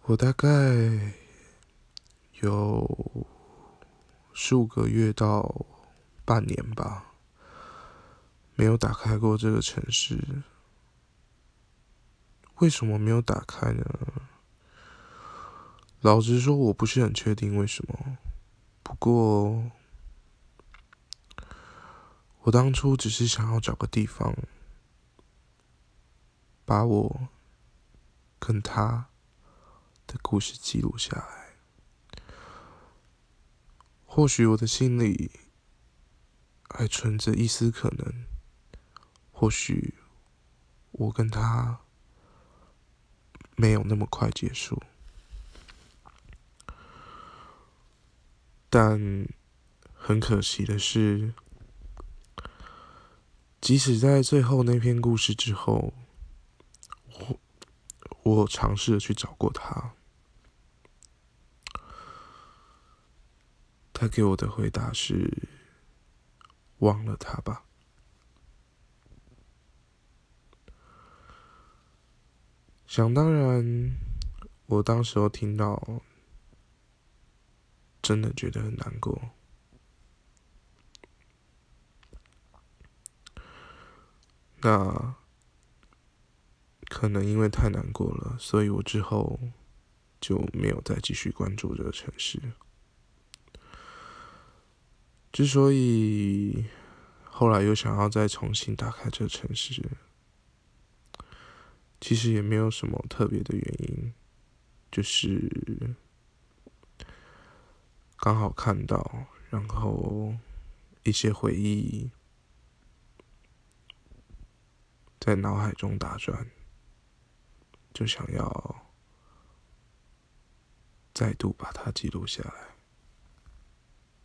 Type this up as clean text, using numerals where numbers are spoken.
我大概有15个月到半年吧，没有打开过这个城市。为什么没有打开呢？老实说，我不是很确定为什么。不过，我当初只是想要找个地方，把我跟他的故事记录下来。或许我的心里还存着一丝可能，或许我跟他没有那么快结束，但很可惜的是，即使在最后那篇故事之后，我尝试着去找过他，他给我的回答是忘了他吧。想当然，我当时候听到，真的觉得很难过。那可能因为太难过了，所以我之后就没有再继续关注这个城市。之所以后来又想要再重新打开这个城市，其实也没有什么特别的原因，就是刚好看到，然后一些回忆在脑海中打转，就想要再度把它记录下来。